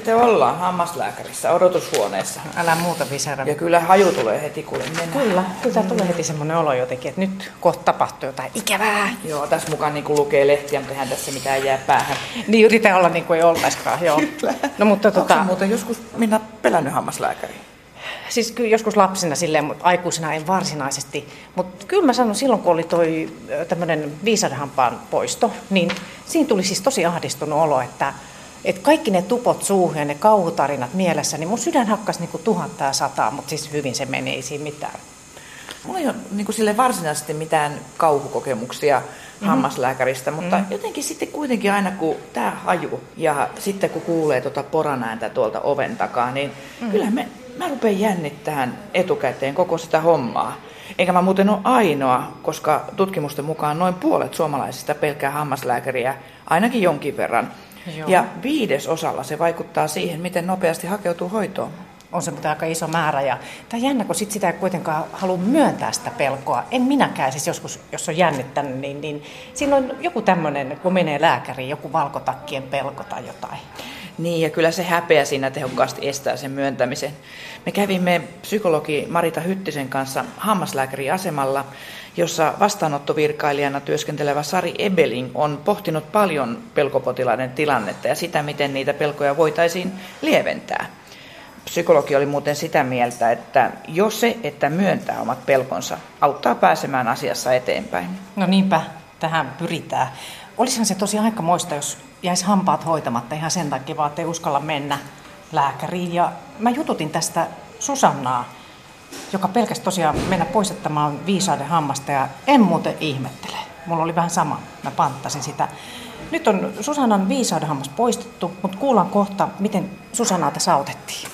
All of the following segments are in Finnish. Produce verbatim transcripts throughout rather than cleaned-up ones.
sitten ollaan hammaslääkärissä odotushuoneessa. Älä muuta visera. Ja kyllä haju tulee heti, kun mennään. Kyllä, kyllä mm. tulee heti semmoinen olo jotenkin, että nyt kohta tapahtuu jotain ikävää. Joo, tässä mukaan niin kuin lukee lehtiä, mutta eihän tässä mitään jää päähän. Niin yritän olla niin kuin ei oltaisikaan, joo. Kyllä. No, mutta Onko tota... muuten joskus Minna pelännyt hammaslääkäriin? Siis kyllä joskus lapsena silleen, mutta aikuisena en varsinaisesti. Mutta kyllä mä sanon, silloin kun oli toi tämmöinen viisaudenhampaan poisto, niin siinä tuli siis tosi ahdistunut olo, että, että kaikki ne tupot suuhun ja ne kauhutarinat mielessä, niin mun sydän hakkasi niin kuin tuhatta ja sataa, mutta siis hyvin se meni, ei siinä mitään. Mulla ei ole niin kuin sille varsinaisesti mitään kauhukokemuksia mm-hmm. hammaslääkäristä, mutta mm-hmm. jotenkin sitten kuitenkin aina kun tämä haju ja sitten kun kuulee tuota poranääntä tuolta oven takaa, niin mm-hmm. kyllä me, mä rupean jännittämään etukäteen koko sitä hommaa. Enkä mä muuten ole ainoa, koska tutkimusten mukaan noin puolet suomalaisista pelkää hammaslääkäriä ainakin jonkin verran. Joo. Ja viidesosalla se vaikuttaa siihen, miten nopeasti hakeutuu hoitoon. On se mutta aika iso määrä. Ja tämä on jännä, kun sit sitä ei kuitenkaan halua myöntää sitä pelkoa. En minäkään, siis joskus, jos on jännittänyt, niin, niin siinä on joku tämmöinen, kun menee lääkäriin, joku valkotakkien pelko tai jotain. Niin, ja kyllä se häpeä siinä tehokkaasti estää sen myöntämisen. Me kävimme psykologi Marita Hyttisen kanssa hammaslääkäriasemalla, jossa vastaanottovirkailijana työskentelevä Sari Ebeling on pohtinut paljon pelkopotilaiden tilannetta ja sitä, miten niitä pelkoja voitaisiin lieventää. Psykologi oli muuten sitä mieltä, että jo se, että myöntää omat pelkonsa, auttaa pääsemään asiassa eteenpäin. No niinpä, tähän pyritään. Olisihan se tosi aikamoista, jos jäisi hampaat hoitamatta ihan sen takia, vaan ei uskalla mennä lääkäriin. Ja mä jututin tästä Susannaa, joka pelkäsi tosiaan mennä poistamaan viisauden hammasta ja en muuten ihmettele. Mulla oli vähän sama, mä panttasin sitä. Nyt on Susannan viisauden hammas poistettu, mutta kuullaan kohta, miten Susannaa tässä autettiin.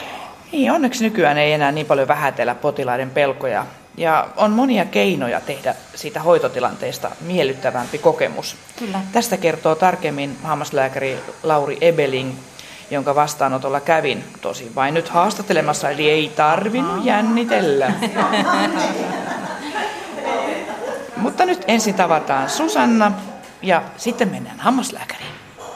Niin, onneksi nykyään ei enää niin paljon vähätellä potilaiden pelkoja. Ja on monia keinoja tehdä siitä hoitotilanteesta miellyttävämpi kokemus. Kyllä. Tästä kertoo tarkemmin hammaslääkäri Lauri Ebeling, jonka vastaanotolla kävin. Tosin vain nyt haastattelemassa, eli ei tarvinnut jännitellä. Mutta nyt ensin tavataan Susanna ja sitten mennään hammaslääkäriin.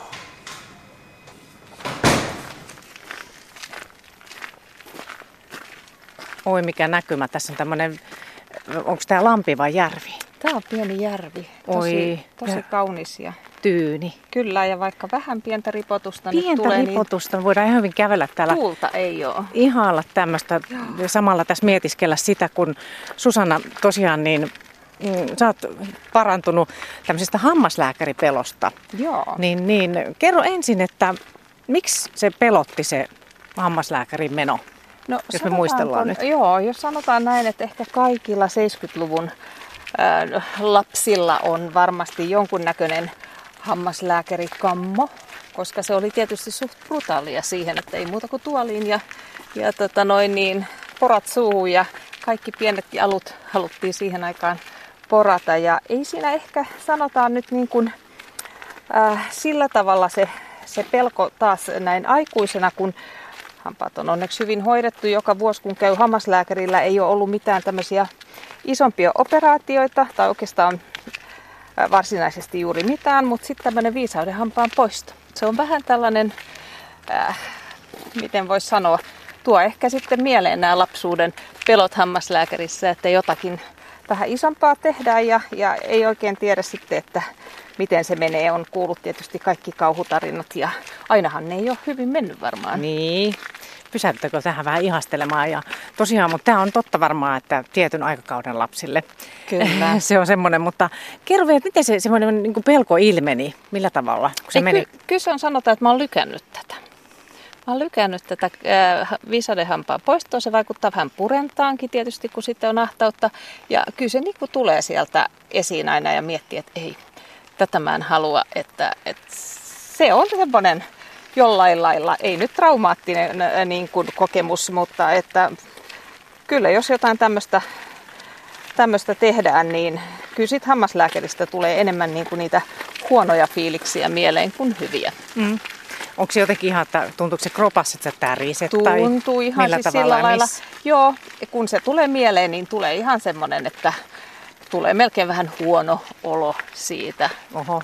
Oi mikä näkymä. Tässä on tämmöinen, onko tämä lampi vai järvi? Tämä on pieni järvi. Tosi, Oi, tosi kaunis. Ja tyyni. Kyllä, ja vaikka vähän pientä ripotusta pientä nyt tulee, ripotusta, niin voidaan ihan hyvin kävellä täällä. Tuulta ei ole. Ihailla tämmöistä. Ja samalla tässä mietiskellä sitä, kun Susanna tosiaan niin mm, sä oot parantunut tämmöisestä hammaslääkäripelosta. Joo. Niin, niin kerro ensin, että miksi se pelotti se hammaslääkärin meno? No, jos me muistellaan nyt. Joo, jos sanotaan näin, että ehkä kaikilla seitsemänkymmentäluvun ää, lapsilla on varmasti jonkunnäköinen hammaslääkärikammo, koska se oli tietysti suht brutaalia siihen, että ei muuta kuin tuoliin ja, ja tota noin niin, porat suuhun ja kaikki pienet alut haluttiin siihen aikaan porata. Ja ei siinä ehkä sanotaan nyt niin kuin, äh, sillä tavalla se, se pelko taas näin aikuisena, kun hampaat on onneksi hyvin hoidettu. Joka vuosi kun käy hammaslääkärillä ei ole ollut mitään tämmöisiä isompia operaatioita tai oikeastaan varsinaisesti juuri mitään, mutta sitten tämmöinen viisauden hampaan poisto. Se on vähän tällainen, äh, miten voisi sanoa, tuo ehkä sitten mieleen nämä lapsuuden pelot hammaslääkärissä, että jotakin vähän isompaa tehdään ja, ja ei oikein tiedä sitten, että miten se menee. On kuullut tietysti kaikki kauhutarinat ja ainahan ne ei ole hyvin mennyt varmaan. Niin, pysäyttäkö tähän vähän ihastelemaan. Ja tosiaan, mutta tämä on totta varmaan, että tietyn aikakauden lapsille Kyllä. se on semmoinen. Mutta kerro vielä, että miten se semmoinen niin kuin pelko ilmeni, millä tavalla? Kun se ei, meni... ky- kyllä se on sanotaan, että mä oon lykännyt tätä. Mä oon lykännyt tätä äh, viisaudenhampaan poistoa. Se vaikuttaa vähän purentaankin tietysti, kun sitten on ahtautta. Ja kyllä se niin kuin tulee sieltä esiin aina ja miettii, että ei, tätä mä en halua. Että, että se on semmoinen jollain lailla, ei nyt traumaattinen äh, niin kuin kokemus, mutta että kyllä jos jotain tämmöistä tämmöistä tehdään, niin kyllä sit hammaslääkäristä tulee enemmän niin kuin niitä huonoja fiiliksiä mieleen kuin hyviä. Mm. Onko se jotenkin ihan, että tuntuuko se kropassa, että sä täriset? Tuntuu tai ihan millä siis tavalla sillä lailla. Miss? Joo, kun se tulee mieleen, niin tulee ihan semmoinen, että tulee melkein vähän huono olo siitä. Oho.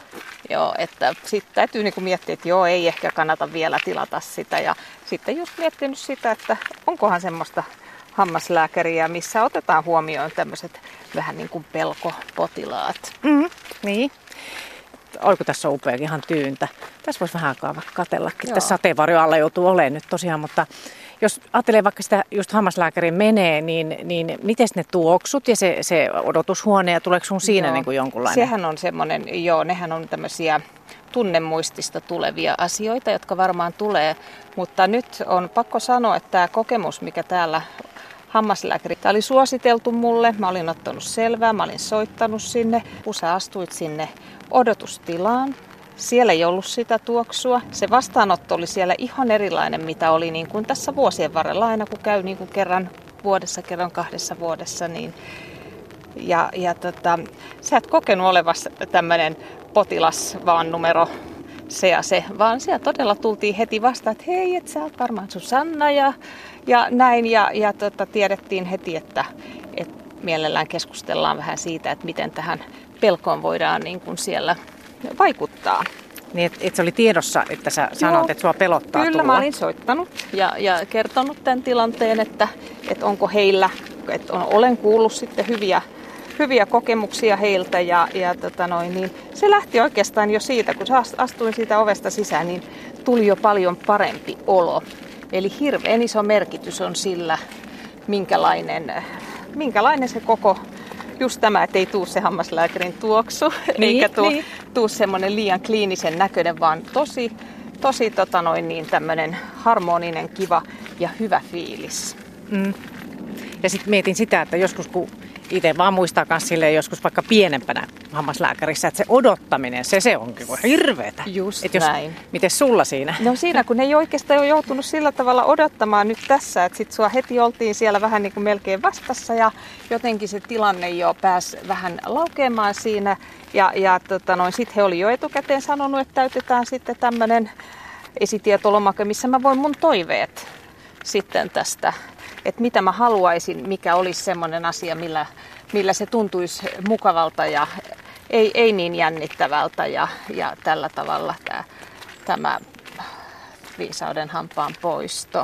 Joo, että sitten täytyy niinku miettiä, että joo, ei ehkä kannata vielä tilata sitä. Ja sitten just miettinyt sitä, että onkohan semmoista hammaslääkäriä, missä otetaan huomioon tämmöiset vähän niin kuin pelkopotilaat. Mm, niin. Oiko tässä on upeakin ihan tyyntä. Tässä voisi vähän aikaa vaikka katsellakin. Joo. Tässä sateenvarjon alla joutuu olemaan nyt tosiaan, mutta jos ajattelee vaikka sitä just hammaslääkäriin menee, niin, niin miten ne tuoksut ja se, se odotushuone ja tuleeko sun siinä niin kuin jonkunlainen? Sehän on semmoinen, joo, nehän on tämmöisiä tunnemuistista tulevia asioita, jotka varmaan tulee, mutta nyt on pakko sanoa, että tämä kokemus, mikä täällä hammaslääkäri, tämä oli suositeltu mulle, mä olin ottanut selvää, mä olin soittanut sinne, kun sä astuit sinne odotustilaan. Siellä ei ollut sitä tuoksua. Se vastaanotto oli siellä ihan erilainen, mitä oli niin kuin tässä vuosien varrella, aina kun käy niin kuin kerran vuodessa, kerran kahdessa vuodessa. Niin. Ja, ja tota, sä et kokenut olevassa tämmöinen potilas vaan numero se ja se, vaan siellä todella tultiin heti vastaan, että hei, et sä oot varmaan Susanna ja, ja näin. Ja, ja tota, tiedettiin heti, että, että mielellään keskustellaan vähän siitä, että miten tähän pelkoon voidaan niin kuin siellä vaikuttaa. Niin, että et se oli tiedossa, että sä sanoit, että sua pelottaa Kyllä, tulla. mä olin soittanut ja, ja kertonut tämän tilanteen, että, että onko heillä, että on, olen kuullut sitten hyviä, hyviä kokemuksia heiltä ja, ja tota noin, niin se lähti oikeastaan jo siitä, kun astuin siitä ovesta sisään, niin tuli jo paljon parempi olo. Eli hirveän iso merkitys on sillä, minkälainen, minkälainen se koko just tämä, että ei tuu se hammaslääkärin tuoksu, niin, eikä tuu, niin. tuu semmoinen liian kliinisen näköinen, vaan tosi, tosi tota noin, niin tämmöinen harmoninen, kiva ja hyvä fiilis. Mm. Ja sitten mietin sitä, että joskus kun itse vaan muistaa myös silleen joskus vaikka pienempänä hammaslääkärissä, että se odottaminen, se, se on kyllä hirveetä. Just et jos, näin. Miten sulla siinä? No siinä, kun ei oikeastaan ole joutunut sillä tavalla odottamaan nyt tässä, että sit sua heti oltiin siellä vähän niin kuin melkein vastassa ja jotenkin se tilanne jo pääsi vähän laukeamaan siinä. Ja, ja tota noin, sit he oli jo etukäteen sanonut, että täytetään sitten tämmöinen esitietolomake, missä mä voin mun toiveet sitten tästä, että mitä mä haluaisin, mikä olisi semmoinen asia, millä, millä se tuntuisi mukavalta ja ei, ei niin jännittävältä ja, ja tällä tavalla tämä, tämä viisauden hampaan poisto.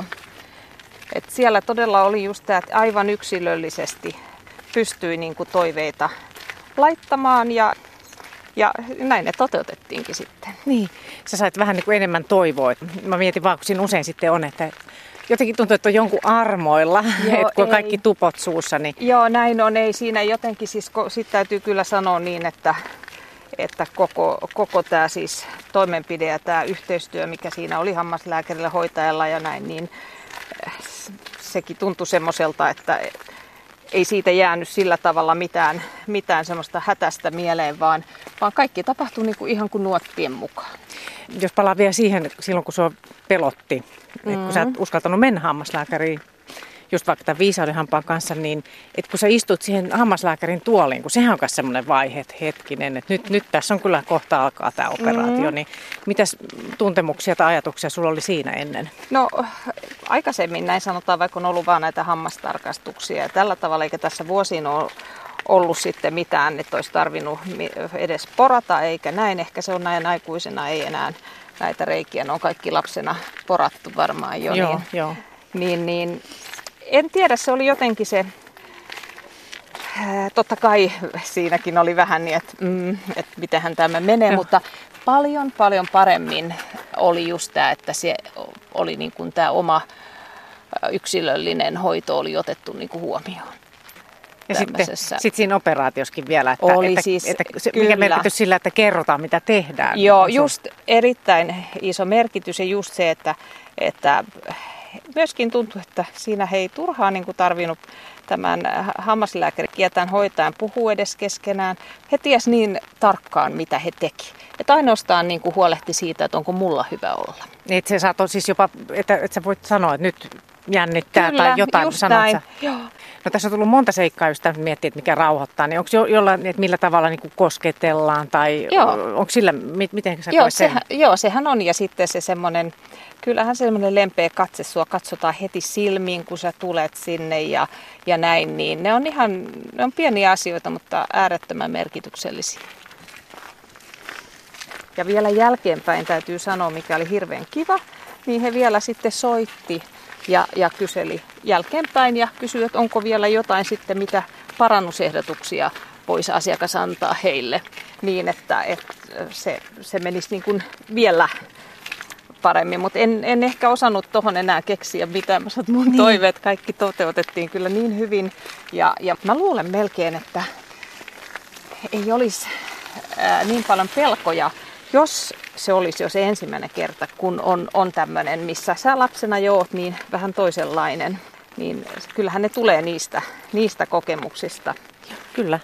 Et siellä todella oli just tämä, että aivan yksilöllisesti pystyi niin kuin toiveita laittamaan ja, ja näin ne toteutettiinkin sitten. Niin, sä sait vähän niin kuin enemmän toivoa. Mä mietin vaan, kun siinä usein sitten on, että jotenkin tuntuu, että on jonkun armoilla, Joo, että kun on ei. kaikki tupot suussa. Niin... Joo, näin on. Ei siinä jotenkin, siis sit täytyy kyllä sanoa niin, että, että koko, koko tämä siis toimenpide ja tämä yhteistyö, mikä siinä oli hammaslääkärillä, hoitajalla ja näin, niin sekin tuntui semmoiselta, että ei siitä jäänyt sillä tavalla mitään, mitään semmoista hätästä mieleen, vaan, vaan kaikki tapahtui niin kuin ihan kuin nuottien mukaan. Jos palaa vielä siihen, silloin kun sua pelotti, mm-hmm. että kun sä et uskaltanut mennä hammaslääkäriin, just vaikka tämän viisauden hampaan kanssa, niin että kun sä istut siihen hammaslääkärin tuoliin, kun sehän on myös semmoinen vaihe, että hetkinen, että nyt, nyt tässä on kyllä kohta alkaa tämä operaatio, mm-hmm. niin mitäs tuntemuksia tai ajatuksia sulla oli siinä ennen? No aikaisemmin näin sanotaan, vaikka on ollut vaan näitä hammastarkastuksia ja tällä tavalla, eikä tässä vuosiin ole ollut sitten mitään, että olisi tarvinnut edes porata eikä näin. Ehkä se on näin aikuisena, ei enää näitä reikiä, ne on kaikki lapsena porattu varmaan jo. Joo, niin, joo. Niin, niin, en tiedä, se oli jotenkin se, totta kai siinäkin oli vähän niin, että, mm, että mitenhän tämä menee, joo. Mutta paljon paljon paremmin oli just tämä, että se oli niin kuin tämä oma yksilöllinen hoito oli otettu niin kuin huomioon. Ja sitten sit siinä operaatioskin vielä, että, oli että, siis, että, että mikä merkitys sillä, että kerrotaan mitä tehdään. Joo, just erittäin iso merkitys ja just se, että, että myöskin tuntui, että siinä ei turhaan niin kuin tarvinnut tämän hammaslääkärin kietään hoitajan puhua edes keskenään. He ties niin tarkkaan, mitä he teki. Että ainoastaan niin kuin huolehti siitä, että onko mulla hyvä olla. Niin, että se saattoi siis jopa, että, että sä voit sanoa, että nyt jännittää Kyllä, tai jotain. just Sanot näin. Sä. Joo. No tässä on tullut monta seikkaa, jos miettii, että mikä rauhoittaa. Niin onko jo, jollain, että millä tavalla niin kuin kosketellaan tai joo. Onko sillä, miten sä joo, koet sen? Sehän, joo, sehän on ja sitten se semmoinen, kyllähän semmoinen lempeä katse, sua katsotaan heti silmiin, kun sä tulet sinne ja, ja näin. Niin ne on ihan, ne on pieniä asioita, mutta äärettömän merkityksellisiä. Ja vielä jälkeenpäin täytyy sanoa, mikä oli hirveän kiva, niin he vielä sitten soitti ja, ja kyseli jälkeenpäin ja kysyi, että onko vielä jotain sitten, mitä parannusehdotuksia voisi asiakas antaa heille, niin että, että se, se menisi niin kuin vielä paremmin. Mutta en, en ehkä osannut tuohon enää keksiä mitään. Mä sanon, mun niin. toiveet kaikki toteutettiin kyllä niin hyvin. Ja, ja mä luulen melkein, että ei olisi ää, niin paljon pelkoja, jos se olisi jo se ensimmäinen kerta, kun on, on tämmöinen, missä sä lapsena jo oot niin vähän toisenlainen. Niin kyllähän ne tulee niistä, niistä kokemuksista. Kyllä.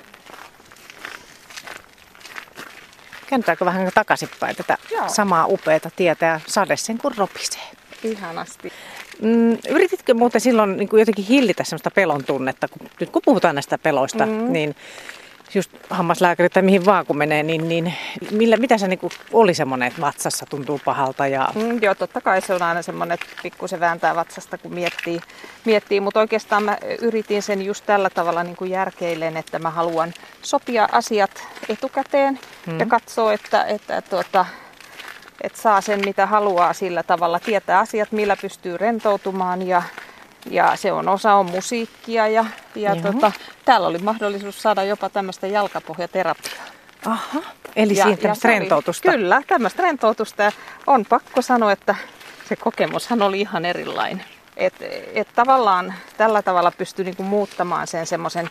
Kääntääkö vähän takaisinpäin tätä Joo. samaa upeata tietä ja sade sen kun ropisee? Ihanasti. Mm, yrititkö muuten silloin niin kuin jotenkin hillitä semmoista pelon tunnetta, kun, nyt kun puhutaan näistä peloista, mm. niin just hammaslääkäri tai mihin vaan kun menee, niin, niin millä, mitä se niin kuin oli semmoinen, että vatsassa tuntuu pahalta? Ja... Mm, joo, totta kai se on aina semmoinen, että pikkusen vääntää vatsasta, kun miettii, miettii. Mutta oikeastaan mä yritin sen just tällä tavalla niin kuin järkeilen, että mä haluan sopia asiat etukäteen mm. ja katsoa, että, että, tuota, että saa sen mitä haluaa sillä tavalla, tietää asiat, millä pystyy rentoutumaan ja Ja se on osa on musiikkia ja, ja tota, täällä oli mahdollisuus saada jopa tämmöistä jalkapohjaterapiaa. Aha, eli ja, siinä tämmöistä rentoutusta. Oli, kyllä, tämmöistä rentoutusta. Ja on pakko sanoa, että se kokemushan oli ihan erilainen. Että et tavallaan tällä tavalla pystyi niinku muuttamaan sen semmoisen,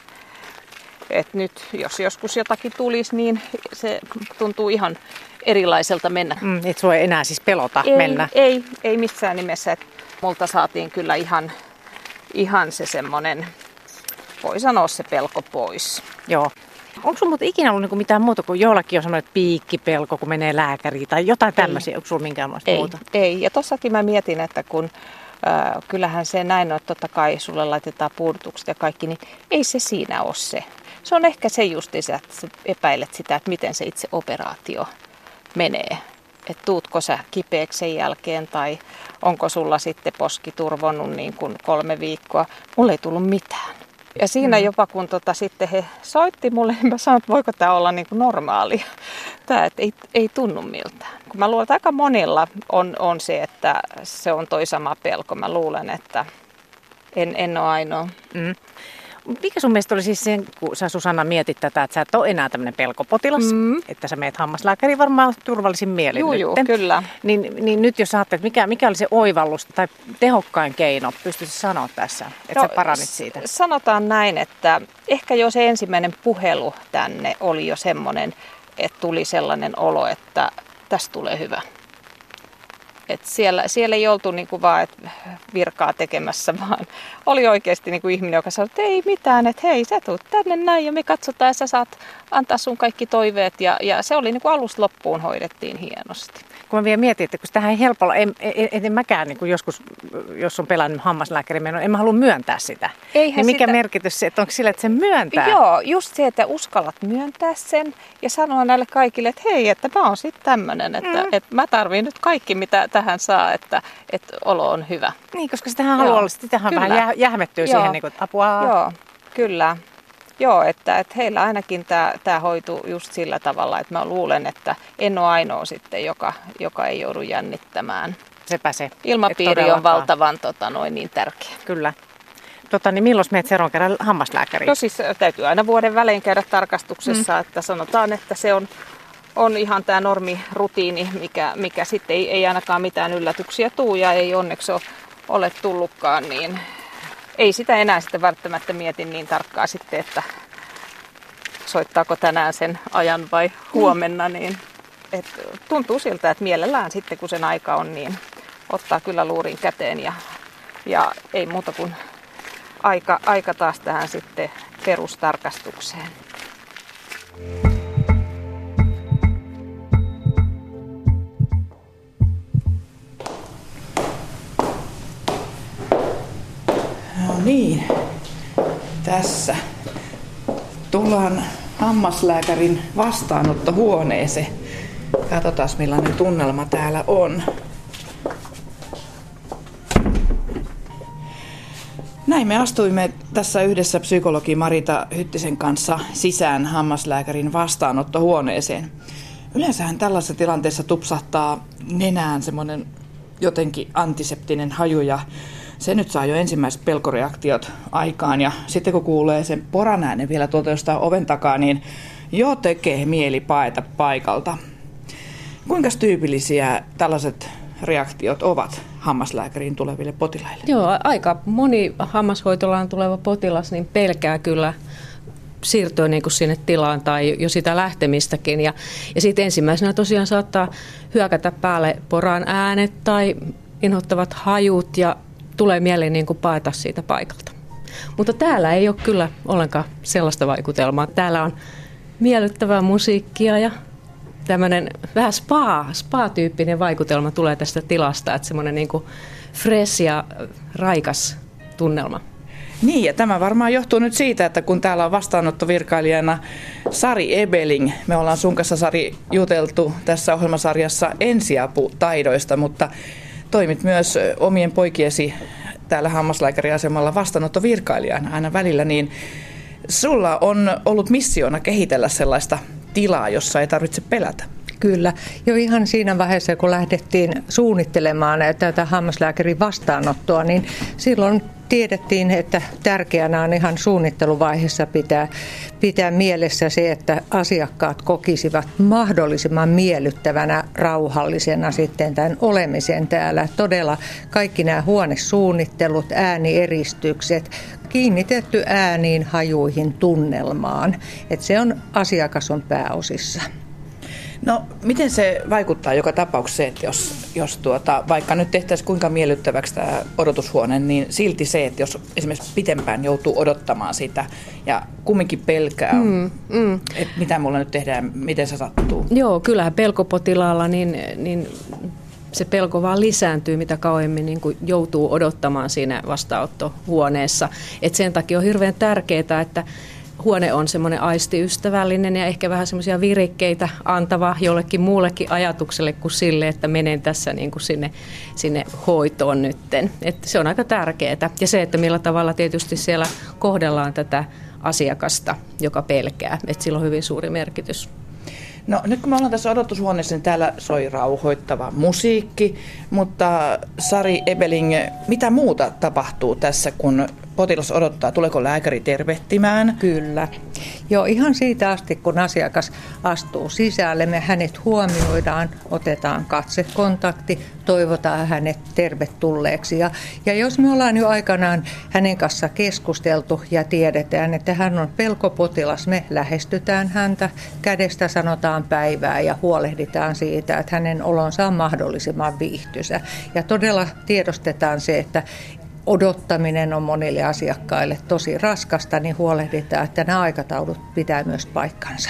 että nyt jos joskus jotakin tulisi, niin se tuntuu ihan erilaiselta mennä. Mm, et sua ei enää siis pelota ei, mennä? Ei, ei missään nimessä. Et multa saatiin kyllä ihan... Ihan se semmoinen, voi sanoa se pelko pois. Joo. Onko sulla muuten ikinä ollut niinku mitään muuta kuin jollakin on semmoinen piikkipelko, kun menee lääkäriin tai jotain tämmöisiä? Onko sulla minkäänlaista ei, muuta? Ei, ja tossakin mä mietin, että kun äh, kyllähän se näin on, että totta kai sulle laitetaan puudutukset ja kaikki, niin ei se siinä ole se. Se on ehkä se justiinsa, että sä epäilet sitä, että miten se itse operaatio menee. Että tuutko sä kipeäksi sen jälkeen tai onko sulla sitten poski turvonnut niin kuin kolme viikkoa. Mulle ei tullut mitään. Ja siinä mm. jopa kun tota, sitten he soitti mulle, niin mä sanoin, että voiko tämä olla niin kuin normaalia. Tämä et ei, ei tunnu miltään. Kun mä luulen, että aika monilla on, on se, että se on toi sama pelko. Mä luulen, että en, en ole ainoa. Mm. Mikä sun mielestä oli siis sen, kun sä Susanna mietit tätä, että sä et ole enää tämmöinen pelkopotilas, mm. että sä meet hammaslääkäriin varmaan turvallisin mielin juu, nyt. Juu, kyllä. Niin, niin nyt jos sä ajattelet, mikä, mikä oli se oivallus tai tehokkain keino, pystyisit sanoa tässä, että no, sä paranit siitä? Sanotaan näin, että ehkä jo se ensimmäinen puhelu tänne oli jo semmoinen, että tuli sellainen olo, että tästä tulee hyvä. Et siellä, siellä ei oltu niinku vaan et virkaa tekemässä, vaan oli oikeasti niinku ihminen, joka sanoi, että ei mitään, että hei sä tuut tänne näin ja me katsotaan ja sä saat antaa sun kaikki toiveet. Ja, ja se oli niinku alusta loppuun hoidettiin hienosti. Kun mä vielä mietin, että kun tähän ei helpolla, en, en, en mäkään niin joskus, jos on pelannut hammaslääkärin menoa, en mä halua myöntää sitä. Eihän niin mikä sitä... merkitys se, että onko sillä, että se myöntää? Joo, just se, että uskallat myöntää sen ja sanoa näille kaikille, että hei, että mä oon sitten tämmönen, että, mm. että mä tarviin nyt kaikki, mitä tähän saa, että, että olo on hyvä. Niin, koska sitähän haluaa olla, sitähän vähän jä, jähmettyy Joo. siihen, niin kuin, että apua. Joo, kyllä. Joo, että, että heillä ainakin tämä, tämä hoituu just sillä tavalla, että mä luulen, että en ole ainoa sitten, joka, joka ei joudu jännittämään. Sepä se. Ilmapiiri on valtavan tota, noin niin tärkeä. Kyllä. Tota, niin milloin menet seuraavan kerran hammaslääkäriin? No siis täytyy aina vuoden välein käydä tarkastuksessa, mm. että sanotaan, että se on, on ihan tämä normirutiini, mikä, mikä sitten ei, ei ainakaan mitään yllätyksiä tule ja ei onneksi ole, ole tullutkaan, niin... Ei sitä enää sitten välttämättä mieti niin tarkkaan sitten, että soittaako tänään sen ajan vai huomenna. Niin, et tuntuu siltä, että mielellään sitten kun sen aika on, niin ottaa kyllä luurin käteen ja, ja ei muuta kuin aika, aika taas tähän sitten perustarkastukseen. No niin, tässä tullaan hammaslääkärin vastaanottohuoneeseen. Katsotaan millainen tunnelma täällä on. Näin me astuimme tässä yhdessä psykologi Marita Hyttisen kanssa sisään hammaslääkärin vastaanottohuoneeseen. Yleensähän tällaisessa tilanteessa tupsahtaa nenään semmoinen jotenkin antiseptinen haju ja se nyt saa jo ensimmäiset pelkoreaktiot aikaan. Ja sitten kun kuulee sen poran äänen vielä tuolta jostain oven takaa, niin jo tekee mieli paeta paikalta. Kuinka tyypillisiä tällaiset reaktiot ovat hammaslääkäriin tuleville potilaille? Joo, aika moni hammashoitolaan tuleva potilas niin pelkää kyllä siirtyä niin kuin sinne tilaan tai jo sitä lähtemistäkin. Ja, ja sitten ensimmäisenä tosiaan saattaa hyökätä päälle poran äänet tai inhottavat hajut ja tulee mieleen niin kuin paeta siitä paikalta. Mutta täällä ei ole kyllä ollenkaan sellaista vaikutelmaa. Täällä on miellyttävää musiikkia ja tämmöinen vähän spa, spa-tyyppinen vaikutelma tulee tästä tilasta, että semmoinen niin kuin fresh ja raikas tunnelma. Niin, ja tämä varmaan johtuu nyt siitä, että kun täällä on vastaanottovirkailijana Sari Ebeling, me ollaan sun kanssa, Sari, juteltu tässä ohjelmasarjassa ensiaputaidoista, mutta toimit myös omien poikiesi täällä hammaslääkäriasemalla vastaanottovirkailijana aina välillä, niin sulla on ollut missiona kehitellä sellaista tilaa, jossa ei tarvitse pelätä. Kyllä. Jo ihan siinä vaiheessa, kun lähdettiin suunnittelemaan tätä hammaslääkärin vastaanottoa, niin silloin tiedettiin, että tärkeänä on ihan suunnitteluvaiheessa pitää, pitää mielessä se, että asiakkaat kokisivat mahdollisimman miellyttävänä, rauhallisena sitten tämän olemisen täällä. Todella kaikki nämä huonesuunnittelut, äänieristukset, kiinnitetty ääniin, hajuihin, tunnelmaan. Että se on asiakas on pääosissa. No, miten se vaikuttaa joka tapauksessa, että jos, jos tuota, vaikka nyt tehtäisiin kuinka miellyttäväksi tämä odotushuone, niin silti se, että jos esimerkiksi pitempään joutuu odottamaan sitä ja kumminkin pelkää, mm, mm. että mitä mulla nyt tehdään, miten se sattuu? Joo, kyllähän pelkopotilaalla niin, niin se pelko vaan lisääntyy, mitä kauemmin niin kuin joutuu odottamaan siinä vastaanottohuoneessa. Et sen takia on hirveän tärkeää, että huone on semmoinen aistiystävällinen ja ehkä vähän semmoisia virikkeitä antava jollekin muullekin ajatukselle kuin sille, että menen tässä niin kuin sinne, sinne hoitoon nytten. Et se on aika tärkeää. Ja se, että millä tavalla tietysti siellä kohdellaan tätä asiakasta, joka pelkää. Että sillä on hyvin suuri merkitys. No nyt kun me ollaan tässä odotushuoneessa, niin täällä soi rauhoittava musiikki, mutta Sari Ebeling, mitä muuta tapahtuu tässä, kun potilas odottaa? Tuleeko lääkäri tervehtimään? Kyllä. Joo, ihan siitä asti, kun asiakas astuu sisälle, me hänet huomioidaan, otetaan katsekontakti, toivotaan hänet tervetulleeksi. Ja, ja jos me ollaan jo aikanaan hänen kanssa keskusteltu ja tiedetään, että hän on pelkopotilas, me lähestytään häntä, kädestä sanotaan päivää ja huolehditaan siitä, että hänen olonsa on mahdollisimman viihtyisä. Ja todella tiedostetaan se, että odottaminen on monille asiakkaille tosi raskasta, niin huolehditaan, että nämä aikataulut pitää myös paikkansa.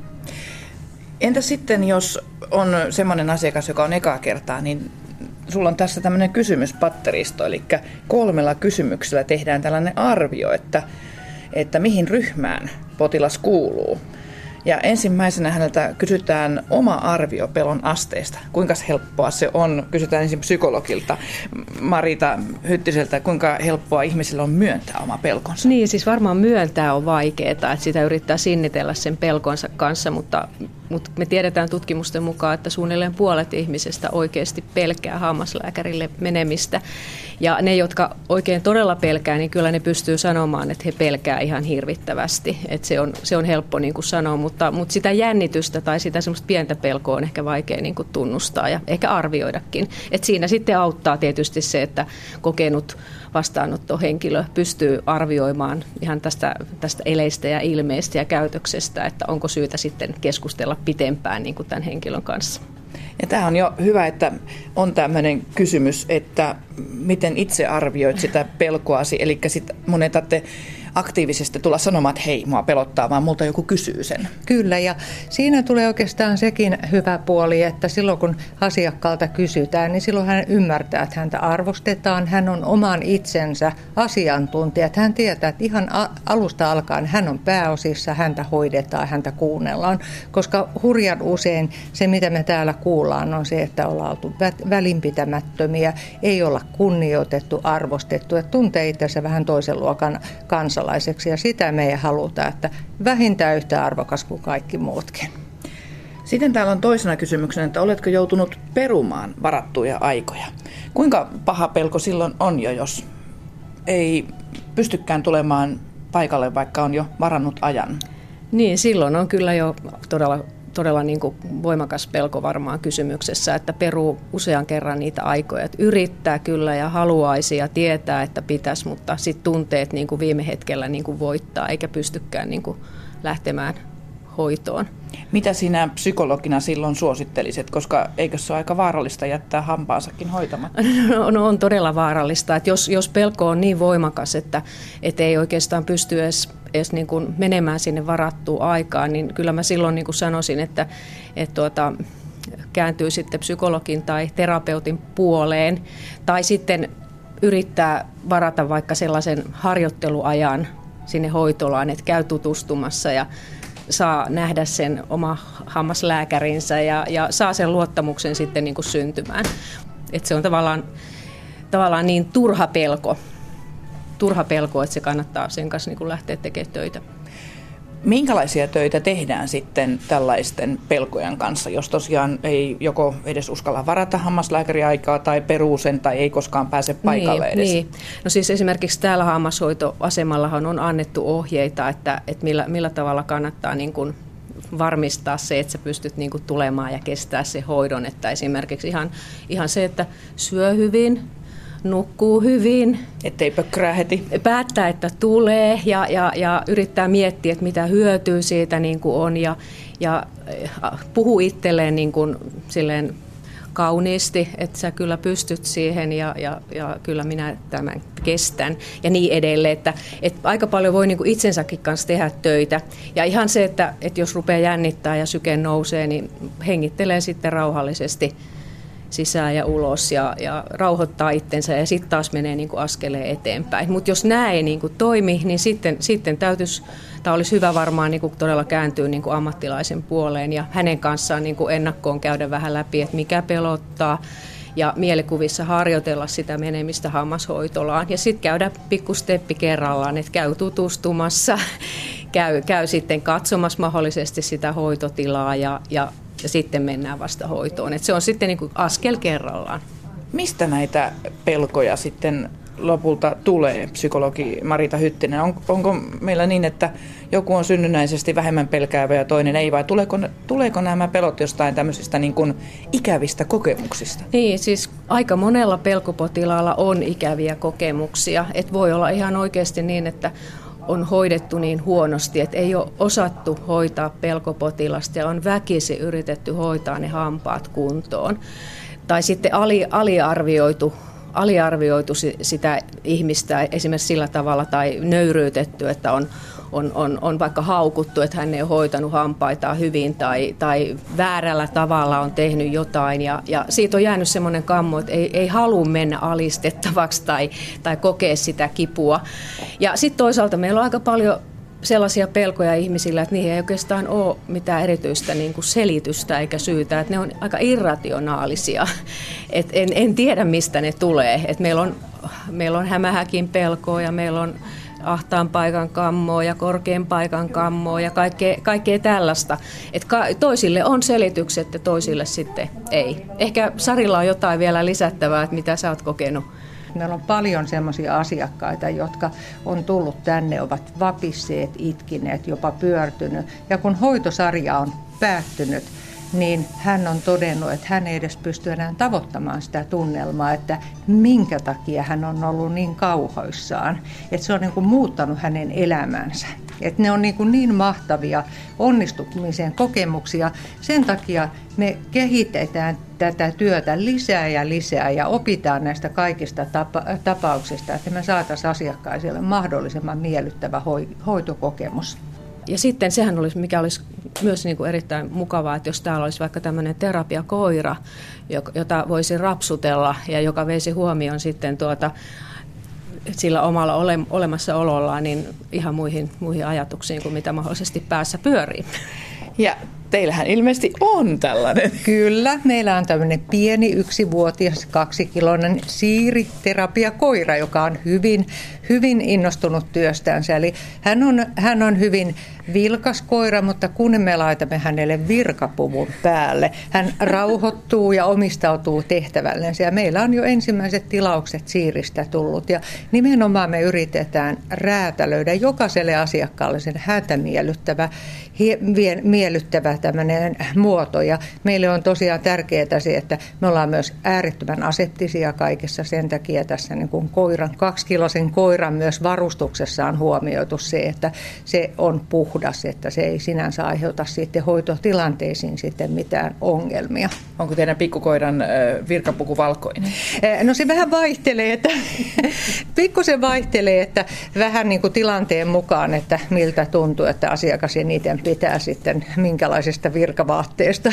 Entä sitten, jos on semmoinen asiakas, joka on ekaa kertaa, niin sulla on tässä tämmöinen kysymyspatteristo, eli kolmella kysymyksellä tehdään tällainen arvio, että, että mihin ryhmään potilas kuuluu. Ja ensimmäisenä häneltä kysytään oma arvio pelon asteesta. Kuinka helppoa se on? Kysytään ensin psykologilta Marita Hyttiseltä, kuinka helppoa ihmisillä on myöntää oma pelkonsa? Niin, siis varmaan myöntää on vaikeaa, että sitä yrittää sinnitellä sen pelkonsa kanssa, mutta, mutta me tiedetään tutkimusten mukaan, että suunnilleen puolet ihmisestä oikeasti pelkää hammaslääkärille menemistä. Ja ne, jotka oikein todella pelkää, niin kyllä ne pystyy sanomaan, että he pelkää ihan hirvittävästi. Että se on, se on helppo niin kuin sanoa, mutta, mutta sitä jännitystä tai sitä semmoista pientä pelkoa on ehkä vaikea niin kuin tunnustaa ja ehkä arvioidakin. Että siinä sitten auttaa tietysti se, että kokenut vastaanottohenkilö pystyy arvioimaan ihan tästä, tästä eleistä ja ilmeistä ja käytöksestä, että onko syytä sitten keskustella pitempään niin kuin tämän henkilön kanssa. Ja tämä on jo hyvä, että on tämmöinen kysymys, että miten itse arvioit sitä pelkoasi, eli sit mun ei tarvitse aktiivisesti tulla sanomaan, että hei, mua pelottaa, vaan multa joku kysyy sen. Kyllä, ja siinä tulee oikeastaan sekin hyvä puoli, että silloin kun asiakkaalta kysytään, niin silloin hän ymmärtää, että häntä arvostetaan, hän on oman itsensä asiantuntija, että hän tietää, että ihan alusta alkaen hän on pääosissa, häntä hoidetaan, häntä kuunnellaan, koska hurjan usein se, mitä me täällä kuullaan, on se, että ollaan oltu välinpitämättömiä, ei olla kunnioitettu, arvostettu, että tuntee itsensä vähän toisen luokan kansalaiseksi, ja sitä me ei haluta, että vähintään yhtä arvokas kuin kaikki muutkin. Sitten täällä on toisena kysymyksenä, että oletko joutunut perumaan varattuja aikoja? Kuinka paha pelko silloin on jo, jos ei pystykään tulemaan paikalle, vaikka on jo varannut ajan? Niin, silloin on kyllä jo todella, todella niin kuin voimakas pelko varmaan kysymyksessä, että peruu usean kerran niitä aikoja. Että yrittää kyllä ja haluaisi ja tietää, että pitäisi, mutta sitten tunteet niin kuin viime hetkellä niin kuin voittaa eikä pystykään niin kuin lähtemään hoitoon. Mitä sinä psykologina silloin suosittelisit, koska eikö se ole aika vaarallista jättää hampaansakin hoitamatta? No, no on todella vaarallista, että jos, jos pelko on niin voimakas, että, että ei oikeastaan pysty edes, edes niin kuin menemään sinne varattuun aikaan, niin kyllä mä silloin niin kuin sanoisin, että, että tuota, kääntyy sitten psykologin tai terapeutin puoleen tai sitten yrittää varata vaikka sellaisen harjoitteluajan sinne hoitolaan, että käy tutustumassa ja saa nähdä sen oma hammaslääkärinsä ja, ja saa sen luottamuksen sitten niin kuin syntymään. Että se on tavallaan, tavallaan niin turha pelko, turha pelko, että se kannattaa sen kanssa niin kuin lähteä tekemään töitä. Minkälaisia töitä tehdään sitten tällaisten pelkojen kanssa, jos tosiaan ei joko edes uskalla varata hammaslääkäriaikaa tai peruu sen tai ei koskaan pääse paikalle niin, edes? Niin. No siis esimerkiksi täällä hammashoitoasemallahan on annettu ohjeita, että, että millä, millä tavalla kannattaa niin kuin varmistaa se, että sä pystyt niin kuin tulemaan ja kestää se hoidon. Että esimerkiksi ihan, ihan se, että syö hyvin, nukkuu hyvin. Ettei pökkärää heti. Päättää, että tulee ja, ja, ja yrittää miettiä, että mitä hyötyä siitä niin kuin on ja, ja puhuu itselleen niin kuin silleen kauniisti, että sä kyllä pystyt siihen ja, ja, ja kyllä minä tämän kestän ja niin edelleen. Että, että aika paljon voi niin kuin itsensäkin kanssa tehdä töitä. Ja ihan se, että, että jos rupeaa jännittää ja syke nousee, niin hengittelee sitten rauhallisesti sisään ja ulos ja, ja rauhoittaa itsensä ja sitten taas menee niin kuin askeleen eteenpäin. Mutta jos nämä ei niin kuin toimi, niin sitten, sitten täytyisi, tai olisi hyvä varmaan niin kuin todella kääntyä niin kuin ammattilaisen puoleen ja hänen kanssaan niin kuin ennakkoon käydä vähän läpi, että mikä pelottaa ja mielikuvissa harjoitella sitä menemistä hammashoitolaan ja sitten käydä pikkusteppi kerrallaan, että käy tutustumassa, käy, käy sitten katsomassa mahdollisesti sitä hoitotilaa ja, ja ja sitten mennään vasta hoitoon. Et se on sitten niin kuin askel kerrallaan. Mistä näitä pelkoja sitten lopulta tulee, psykologi Marita Hyttinen? On, onko meillä niin, että joku on synnynnäisesti vähemmän pelkäävä ja toinen ei, vai tuleeko, tuleeko nämä pelot jostain tämmöisistä niin kuin ikävistä kokemuksista? Niin, siis aika monella pelkopotilaalla on ikäviä kokemuksia. Et voi olla ihan oikeasti niin, että on hoidettu niin huonosti, että ei ole osattu hoitaa pelkopotilasta ja on väkisin yritetty hoitaa ne hampaat kuntoon. Tai sitten ali, aliarvioitu, aliarvioitu sitä ihmistä esimerkiksi sillä tavalla tai nöyryytetty, että on, on, on, on vaikka haukuttu, että hän ei ole hoitanut hampaitaan hyvin tai, tai väärällä tavalla on tehnyt jotain. Ja, ja siitä on jäänyt semmoinen kammo, että ei, ei halua mennä alistettavaksi tai, tai kokea sitä kipua. Ja sitten toisaalta meillä on aika paljon sellaisia pelkoja ihmisillä, että niihin ei oikeastaan ole mitään erityistä niin kuin selitystä eikä syytä, että ne on aika irrationaalisia. Et en, en tiedä, mistä ne tulee. Et meillä on, meillä on hämähäkin pelkoa ja meillä on ahtaan paikan kammoa ja korkean paikan kammoa ja kaikkea, kaikkea tällaista. Et ka, toisille on selitykset ja toisille sitten ei. Ehkä Sarilla on jotain vielä lisättävää, että mitä sä oot kokenut. Meillä on paljon sellaisia asiakkaita, jotka on tullut tänne, ovat vapisseet, itkineet, jopa pyörtynyt. Ja kun hoitosarja on päättynyt, niin hän on todennut, että hän ei edes pysty enää tavoittamaan sitä tunnelmaa, että minkä takia hän on ollut niin kauhoissaan. Että se on niin kuin muuttanut hänen elämänsä. Että ne on niin, kuin niin mahtavia onnistumisen kokemuksia. Sen takia me kehitetään tätä työtä lisää ja lisää ja opitaan näistä kaikista tapa- tapauksista, että me saataisiin asiakkaisille mahdollisimman miellyttävä hoitokokemus. Ja sitten sehän olisi, mikä olisi myös niin kuin erittäin mukavaa, että jos täällä olisi vaikka tämmöinen terapiakoira, jota voisi rapsutella ja joka veisi huomioon sitten tuota, sillä omalla ole, olemassaolollaan niin ihan muihin, muihin ajatuksiin kuin mitä mahdollisesti päässä pyörii. Ja teillähän ilmeisesti on tällainen. Kyllä, meillä on tämmöinen pieni yksivuotias kaksikiloinen siiriterapiakoira, joka on hyvin, hyvin innostunut työstänsä. Eli hän on, hän on hyvin vilkas koira, mutta kun me laitamme hänelle virkapuvun päälle, hän rauhoittuu ja omistautuu tehtävällensä. Ja meillä on jo ensimmäiset tilaukset siiristä tullut ja nimenomaan me yritetään räätälöidä jokaiselle asiakkaalle sen häntä miellyttävä, miellyttävä tämmöinen muoto. Ja meille on tosiaan tärkeää se, että me ollaan myös äärettömän aseptisia kaikessa. Sen takia tässä niin kuin koiran, kaksikiloisen koiran myös varustuksessa on huomioitu se, että se on puhdas, että se ei sinänsä aiheuta sitten hoitotilanteisiin sitten mitään ongelmia. Onko teidän pikkukoiran virkapuku valkoinen? No se vähän vaihtelee, että pikkusen vaihtelee, että vähän niin kuin tilanteen mukaan, että miltä tuntuu, että asiakas eniten pitää sitten minkälaisesta virkavaatteesta.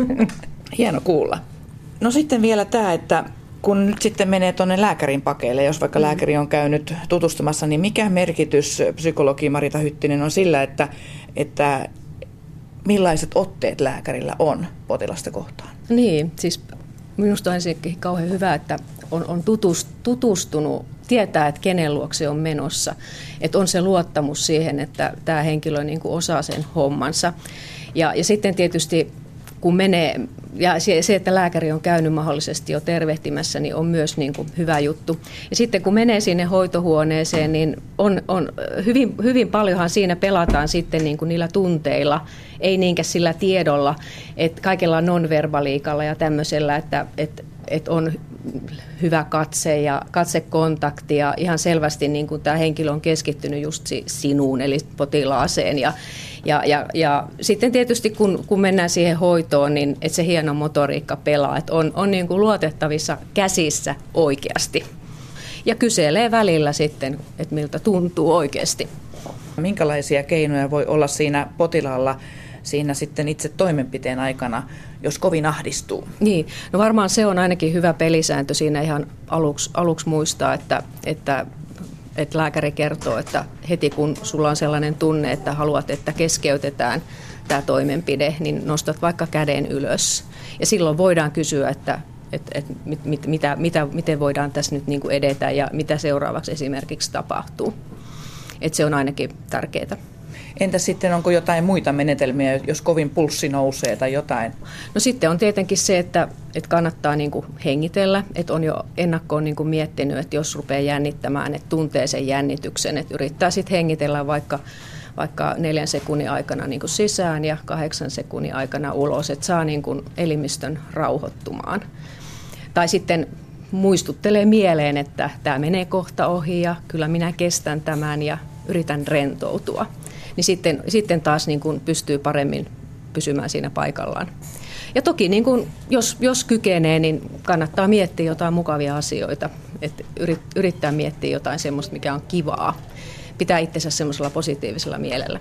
Hieno kuulla. No sitten vielä tämä, että kun nyt sitten menee tuonne lääkärin pakeille, jos vaikka lääkäri on käynyt tutustumassa, niin mikä merkitys psykologi Marita Hyttinen on sillä, että, että millaiset otteet lääkärillä on potilasta kohtaan? Niin, siis minusta on ensinnäkin kauhean hyvä, että on, on tutustunut, tietää, että kenen luokse on menossa. Että on se luottamus siihen, että tämä henkilö niin kuin osaa sen hommansa. Ja, ja sitten tietysti kun menee, ja se, että lääkäri on käynyt mahdollisesti jo tervehtimässä, niin on myös niin kuin hyvä juttu. Ja sitten kun menee sinne hoitohuoneeseen, niin on, on hyvin, hyvin paljonhan siinä pelataan sitten niin kuin niillä tunteilla, ei niinkään sillä tiedolla, että kaikella nonverbaliikalla ja tämmöisellä, että, että, että on hyvä katse ja katsekontakti ja ihan selvästi niin kuin tämä henkilö on keskittynyt just sinuun, eli potilaaseen. Ja, ja, ja, ja sitten tietysti kun, kun mennään siihen hoitoon, niin että se hieno motoriikka pelaa, että on, on niin kuin luotettavissa käsissä oikeasti. Ja kyselee välillä sitten, että miltä tuntuu oikeasti. Minkälaisia keinoja voi olla siinä potilaalla siinä sitten itse toimenpiteen aikana, jos kovin ahdistuu? Niin, no varmaan se on ainakin hyvä pelisääntö siinä ihan aluksi, aluksi muistaa, että, että, että lääkäri kertoo, että heti kun sulla on sellainen tunne, että haluat, että keskeytetään tämä toimenpide, niin nostat vaikka käden ylös. Ja silloin voidaan kysyä, että että, että mit, mit, mitä, mitä, miten voidaan tässä nyt niin kuin edetä ja mitä seuraavaksi esimerkiksi tapahtuu. Että se on ainakin tärkeää. Entä sitten onko jotain muita menetelmiä, jos kovin pulssi nousee tai jotain? No sitten on tietenkin se, että, että kannattaa niin kuin hengitellä, että on jo ennakkoon niin kuin miettinyt, että jos rupeaa jännittämään, että tuntee sen jännityksen, että yrittää sitten hengitellä vaikka, vaikka neljän sekunnin aikana niin kuin sisään ja kahdeksan sekunnin aikana ulos, että saa niin kuin elimistön rauhoittumaan. Tai sitten muistuttelee mieleen, että tämä menee kohta ohi ja kyllä minä kestän tämän ja yritän rentoutua. Niin sitten, sitten taas niin kuin pystyy paremmin pysymään siinä paikallaan. Ja toki niin kuin, jos, jos kykenee, niin kannattaa miettiä jotain mukavia asioita. Et yrit, yrittää miettiä jotain semmoista, mikä on kivaa. Pitää itsensä semmoisella positiivisella mielellä.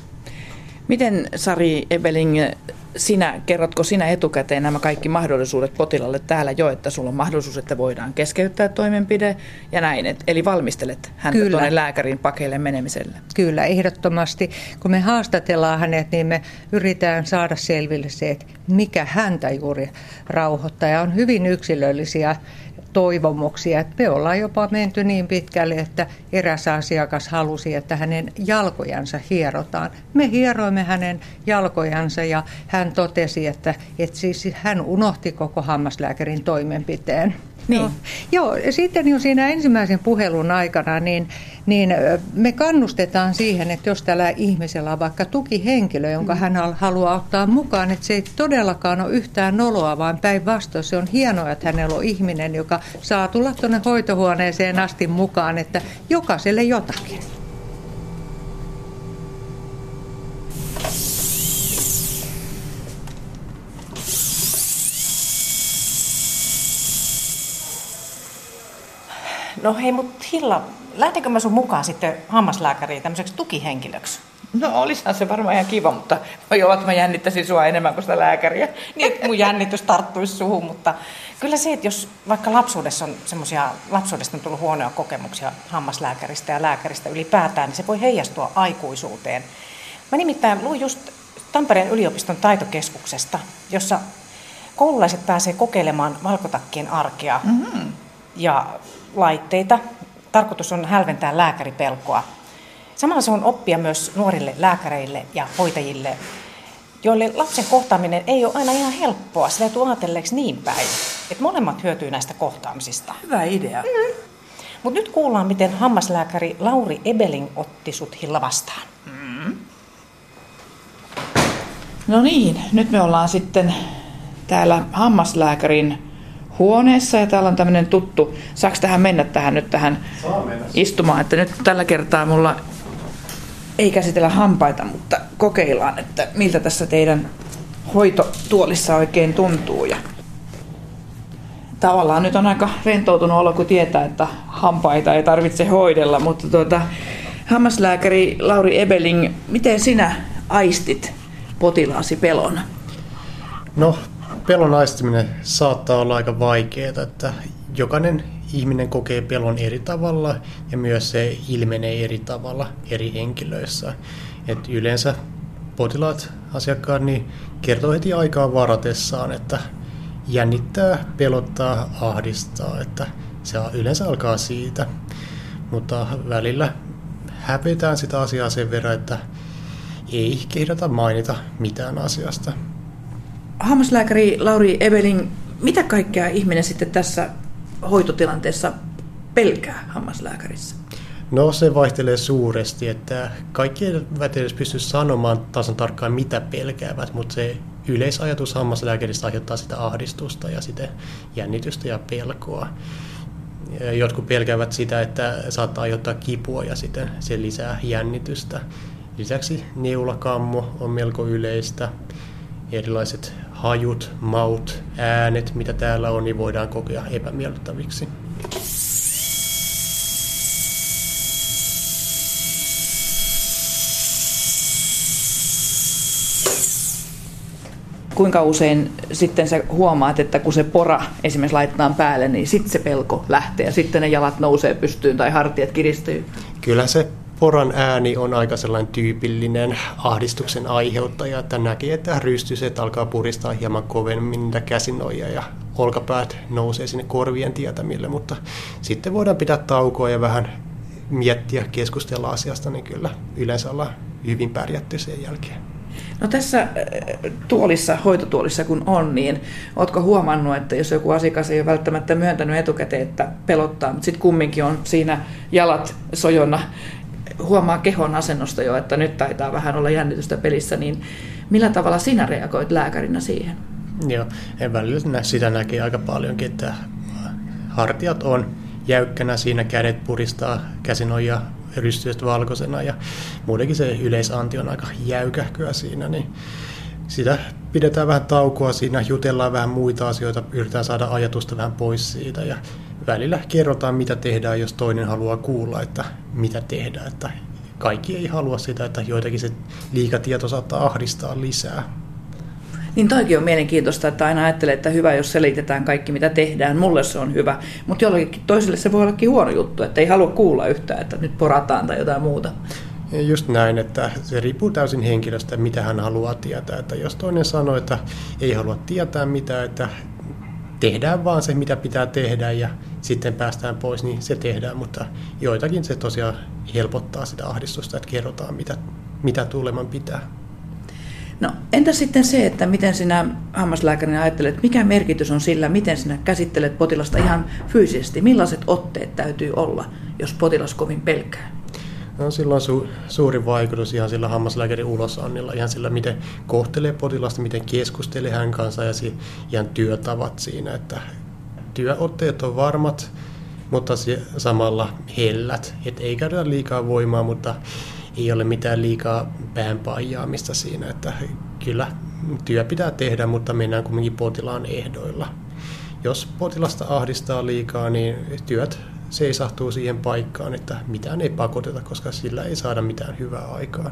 Miten, Sari Ebeling, sinä, kerrotko sinä etukäteen nämä kaikki mahdollisuudet potilaalle täällä jo, että sulla on mahdollisuus, että voidaan keskeyttää toimenpide ja näin, et, eli valmistelet häntä Kyllä. tuonne lääkärin pakeille menemiselle? Kyllä, ehdottomasti. Kun me haastatellaan hänet, niin me yritetään saada selville se, että mikä häntä juuri rauhoittaa, ja on hyvin yksilöllisiä toivomuksia. Me ollaan jopa menty niin pitkälle, että eräs asiakas halusi, että hänen jalkojansa hierotaan. Me hieroimme hänen jalkojansa ja hän totesi, että, että siis hän unohti koko hammaslääkärin toimenpiteen. Niin. No, joo, sitten jo siinä ensimmäisen puhelun aikana niin, niin me kannustetaan siihen, että jos tällä ihmisellä on vaikka tukihenkilö, jonka mm. hän haluaa ottaa mukaan, että se ei todellakaan ole yhtään noloa, vaan päinvastoin se on hienoa, että hänellä on ihminen, joka saa tulla tuonne hoitohuoneeseen asti mukaan, että jokaiselle jotakin. No hei, mutta Hilla, lähdenkö mä sun mukaan sitten hammaslääkäriin tämmöiseksi tukihenkilöksi? No olisihan se varmaan ihan kiva, mutta voi olla, että mä jännittäisin sua enemmän kuin sitä lääkäriä. Niin, että mun jännitys tarttuisi suhun, mutta kyllä se, että jos vaikka lapsuudessa on semmoisia, lapsuudesta on tullut huonoja kokemuksia hammaslääkäristä ja lääkäristä ylipäätään, niin se voi heijastua aikuisuuteen. Mä nimittäin luin just Tampereen yliopiston taitokeskuksesta, jossa koululaiset pääsee kokeilemaan valkotakkien arkea mm-hmm. ja laitteita. Tarkoitus on hälventää lääkäripelkoa. Samalla se on oppia myös nuorille lääkäreille ja hoitajille, joille lapsen kohtaaminen ei ole aina ihan helppoa. Sitä ei tule ajatelleeksi niin päin, että molemmat hyötyy näistä kohtaamisista. Hyvä idea. Mm-hmm. Mutta nyt kuullaan, miten hammaslääkäri Lauri Ebeling otti sut Hilla vastaan. Mm-hmm. No niin, nyt me ollaan sitten täällä hammaslääkärin huoneessa ja täällä on tämmöinen tuttu. Saaks tähän mennä tähän nyt tähän istumaan, että nyt tällä kertaa mulla ei käsitellä hampaita, mutta kokeillaan, että miltä tässä teidän hoitotuolissa oikein tuntuu. Ja tavallaan nyt on aika rentoutunut olo, kun tietää, että hampaita ei tarvitse hoidella, mutta tuota, hammaslääkäri Lauri Ebeling, miten sinä aistit potilaasi pelon? No, pelon aistiminen saattaa olla aika vaikeaa, että jokainen ihminen kokee pelon eri tavalla ja myös se ilmenee eri tavalla eri henkilöissä. Et yleensä potilaat, asiakkaat niin kertoo heti aikaa varatessaan, että jännittää, pelottaa, ahdistaa, että se yleensä alkaa siitä. Mutta välillä hävetään sitä asiaa sen verran, että ei kehdata mainita mitään asiasta. Hammaslääkäri Lauri Ebeling, mitä kaikkea ihminen sitten tässä hoitotilanteessa pelkää hammaslääkärissä? No se vaihtelee suuresti, että kaikki eivät edes pysty sanomaan tasan tarkkaan mitä pelkäävät, mutta se yleisajatus hammaslääkäristä aiheuttaa sitä ahdistusta ja sitä jännitystä ja pelkoa. Jotkut pelkäävät sitä, että saattaa aiheuttaa kipua ja sitten se lisää jännitystä. Lisäksi neulakammo on melko yleistä. Erilaiset hajut, maut, äänet, mitä täällä on, niin voidaan kokea epämiellyttäviksi. Kuinka usein sitten sä huomaat, että kun se pora esimerkiksi laitetaan päälle, niin sitten se pelko lähtee ja sitten ne jalat nousee pystyyn tai hartiat kiristyy? Kyllä se poran ääni on aika sellainen tyypillinen ahdistuksen aiheuttaja, että näkee, että rystyset alkaa puristaa hieman kovemmin niitä käsinoja ja olkapäät nousee sinne korvien tietämille, mutta sitten voidaan pitää taukoa ja vähän miettiä, keskustella asiasta, niin kyllä yleensä ollaan hyvin pärjätty sen jälkeen. No tässä tuolissa, hoitotuolissa kun on, niin ootko huomannut, että jos joku asiakas ei ole välttämättä myöntänyt etukäteen, että pelottaa, mutta sitten kumminkin on siinä jalat sojonna, huomaa kehon asennosta jo, että nyt taitaa vähän olla jännitystä pelissä, niin millä tavalla sinä reagoit lääkärinä siihen? Joo, välillä sitä näkee aika paljonkin, että hartiat on jäykkänä, siinä kädet puristaa käsinoja rystystä valkoisena ja muutenkin se yleisanti on aika jäykähköä siinä, niin sitä pidetään vähän taukoa siinä, jutellaan vähän muita asioita, yritetään saada ajatusta vähän pois siitä ja välillä kerrotaan mitä tehdään, jos toinen haluaa kuulla, että mitä tehdään, että kaikki ei halua sitä, että joitakin se liikatieto saattaa ahdistaa lisää. Niin toikin on mielenkiintoista, että aina ajattelee, että hyvä, jos selitetään kaikki, mitä tehdään. Mulle se on hyvä, mutta jollakin toiselle se voi ollakin huono juttu, että ei halua kuulla yhtään, että nyt porataan tai jotain muuta. Just näin, että se riippuu täysin henkilöstä, mitä hän haluaa tietää. Että jos toinen sanoo, että ei halua tietää mitään, että tehdään vaan se, mitä pitää tehdä ja sitten päästään pois, niin se tehdään. Mutta joitakin se tosiaan helpottaa sitä ahdistusta, että kerrotaan, mitä, mitä tuleman pitää. No entä sitten se, että miten sinä hammaslääkärinä ajattelet, mikä merkitys on sillä, miten sinä käsittelet potilasta ihan fyysisesti? Millaiset otteet täytyy olla, jos potilas kovin pelkää? No, sillä on su- suuri vaikutus ihan sillä hammaslääkärin ulosannilla, ihan sillä miten kohtelee potilasta, miten keskustelee hän kanssa ja si- ihan työtavat siinä, että työotteet on varmat, mutta samalla hellät, et ei käydä liikaa voimaa, mutta ei ole mitään liikaa päänpaijaamista siinä, että kyllä työ pitää tehdä, mutta mennään kuitenkin potilaan ehdoilla. Jos potilasta ahdistaa liikaa, niin työt seisahtuu siihen paikkaan, että mitään ei pakoteta, koska sillä ei saada mitään hyvää aikaan.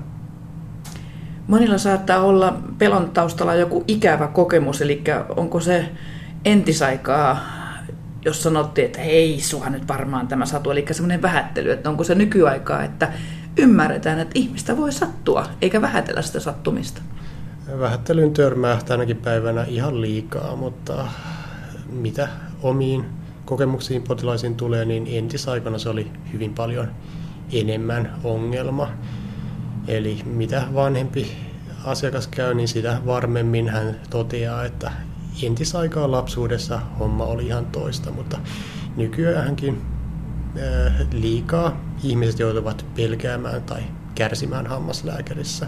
Monilla saattaa olla pelon taustalla joku ikävä kokemus, eli onko se entisaikaa, jos sanottiin, että ei sua nyt varmaan tämä satu, eli semmoinen vähättely, että onko se nykyaikaa, että ymmärretään, että ihmistä voi sattua, eikä vähätellä sitä sattumista. Vähättelyyn törmää tänäkin päivänä ihan liikaa, mutta mitä omiin kokemuksiin potilaisiin tulee, niin entisaikana se oli hyvin paljon enemmän ongelma. Eli mitä vanhempi asiakas käy, niin sitä varmemmin hän toteaa, että entisaikaa lapsuudessa homma oli ihan toista, mutta nykyäänkin liikaa ihmiset joutuvat pelkäämään tai kärsimään hammaslääkärissä.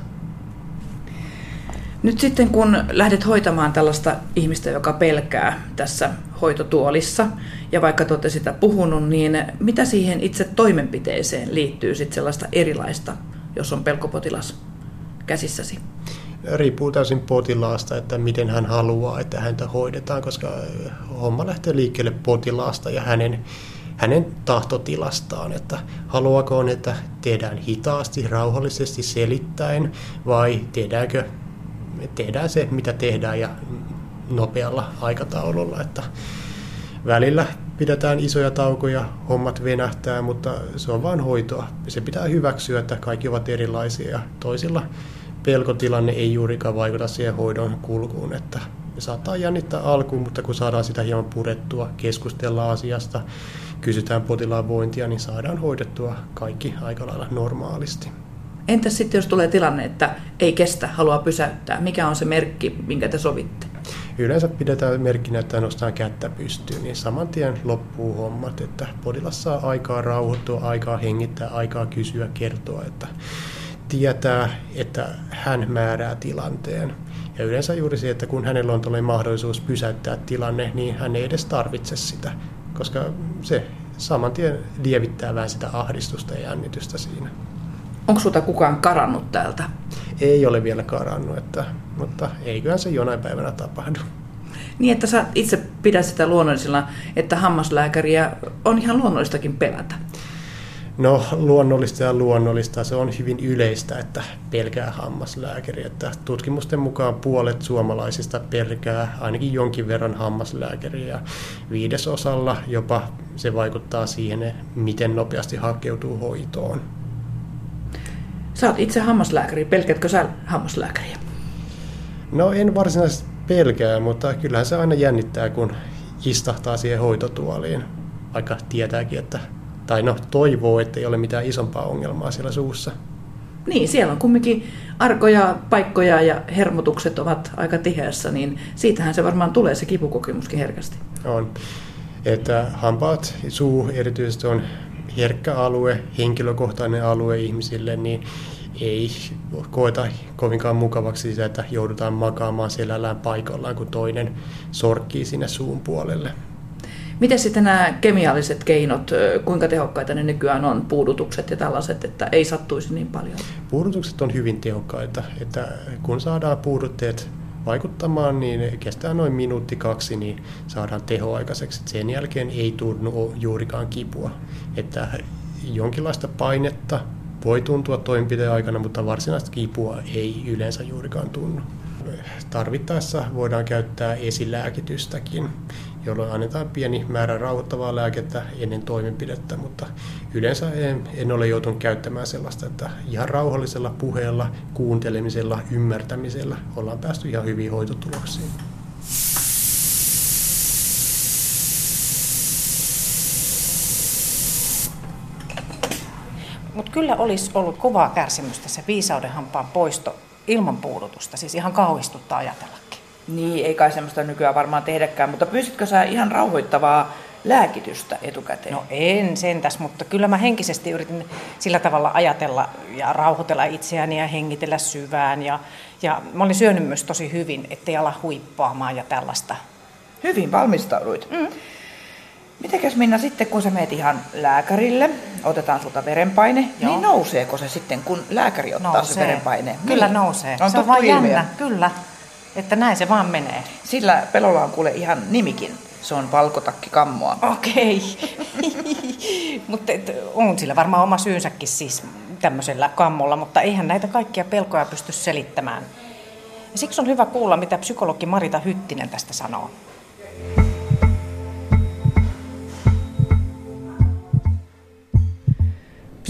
Nyt sitten kun lähdet hoitamaan tällaista ihmistä, joka pelkää tässä hoitotuolissa, ja vaikka te olette sitä puhunut, niin mitä siihen itse toimenpiteeseen liittyy sitten sellaista erilaista, jos on pelkopotilas käsissäsi? Riippuu täysin potilaasta, että miten hän haluaa, että häntä hoidetaan, koska homma lähtee liikkeelle potilaasta ja hänen, hänen tahtotilastaan, että haluaako on, että tehdään hitaasti, rauhallisesti, selittäen, vai tehdäänkö, tehdään se, mitä tehdään ja nopealla aikataululla, että välillä pidetään isoja taukoja, hommat venähtää, mutta se on vain hoitoa. Se pitää hyväksyä, että kaikki ovat erilaisia ja toisilla pelkotilanne ei juurikaan vaikuta siihen hoidon kulkuun, että me saattaa jännittää alkuun, mutta kun saadaan sitä hieman purettua, keskustellaan asiasta, kysytään potilaan vointia, niin saadaan hoidettua kaikki aika lailla normaalisti. Entäs sitten, jos tulee tilanne, että ei kestä, haluaa pysäyttää? Mikä on se merkki, minkä te sovitte? Yleensä pidetään merkkinä, että nostaa kättä pystyyn, niin saman tien loppuu hommat, että potilas saa aikaa rauhoittua, aikaa hengittää, aikaa kysyä, kertoa, että tietää, että hän määrää tilanteen. Ja yleensä juuri se, että kun hänellä on tuollainen mahdollisuus pysäyttää tilanne, niin hän ei edes tarvitse sitä, koska se saman tien lievittää vähän sitä ahdistusta ja jännitystä siinä. Onko sulta kukaan karannut täältä? Ei ole vielä karannut, että, mutta eiköhän se jonain päivänä tapahdu. Niin, että sä itse pidät sitä luonnollisena, että hammaslääkäriä on ihan luonnollistakin pelätä. No luonnollista ja luonnollista. Se on hyvin yleistä, että pelkää hammaslääkäriä. Että tutkimusten mukaan puolet suomalaisista pelkää ainakin jonkin verran hammaslääkäriä. Ja viidesosalla jopa se vaikuttaa siihen, miten nopeasti hakeutuu hoitoon. Sä oot itse hammaslääkäri. Pelkäätkö sä hammaslääkäriä? No en varsinaisesti pelkää, mutta kyllähän se aina jännittää, kun istahtaa siihen hoitotuoliin, vaikka tietääkin, että tai no toivoo, että ei ole mitään isompaa ongelmaa siellä suussa. Niin, siellä on kumminkin arkoja paikkoja ja hermotukset ovat aika tiheässä, niin siitähän se varmaan tulee se kipukokemuskin herkästi. On. Että hampaat, suu erityisesti on herkkä alue, henkilökohtainen alue ihmisille, niin ei koeta kovinkaan mukavaksi sitä, että joudutaan makaamaan selällään paikallaan, kun toinen sorkkii sinne suun puolelle. Miten sitten nämä kemialliset keinot, kuinka tehokkaita ne nykyään on, puudutukset ja tällaiset, että ei sattuisi niin paljon? Puudutukset on hyvin tehokkaita, että kun saadaan puudutteet vaikuttamaan, niin kestää noin minuutti kaksi, niin saadaan tehoaikaiseksi. Sen jälkeen ei tunnu juurikaan kipua. Että jonkinlaista painetta voi tuntua toimenpiteen aikana, mutta varsinaista kipua ei yleensä juurikaan tunnu. Tarvittaessa voidaan käyttää esilääkitystäkin, jolloin annetaan pieni määrä rauhoittavaa lääkettä ennen toimenpidettä, mutta yleensä en, en ole joutunut käyttämään sellaista, että ihan rauhallisella puheella, kuuntelemisella, ymmärtämisellä ollaan päästy ihan hyviin hoitotuloksiin. Mutta kyllä olisi ollut kovaa kärsimystä se viisaudenhampaan poisto ilman puudutusta, siis ihan kauhistuttaa ajatellakin. Niin, ei kai semmoista nykyään varmaan tehdäkään, mutta pyysitkö sä ihan rauhoittavaa lääkitystä etukäteen? No en sentäs, mutta kyllä mä henkisesti yritin sillä tavalla ajatella ja rauhoitella itseäni ja hengitellä syvään. Ja, ja mä olin syönyt myös tosi hyvin, ettei ala huippaamaan ja tällaista. Hyvin valmistauduit. Mm. Mitenkäs Minna sitten, kun sä meet ihan lääkärille, otetaan sulta verenpaine, Joo. niin nouseeko se sitten, kun lääkäri ottaa nousee. Se verenpaineen? Kyllä niin. nousee. On se on vaan jännä, kyllä. Että näin se vaan menee. Sillä pelolla on kuule ihan nimikin. Se on valkotakkikammoa. Okei. Mutta on sillä varmaan oma syynsäkin siis tämmöisellä kammolla, mutta eihän näitä kaikkia pelkoja pysty selittämään. Ja siksi on hyvä kuulla, mitä psykologi Marita Hyttinen tästä sanoo.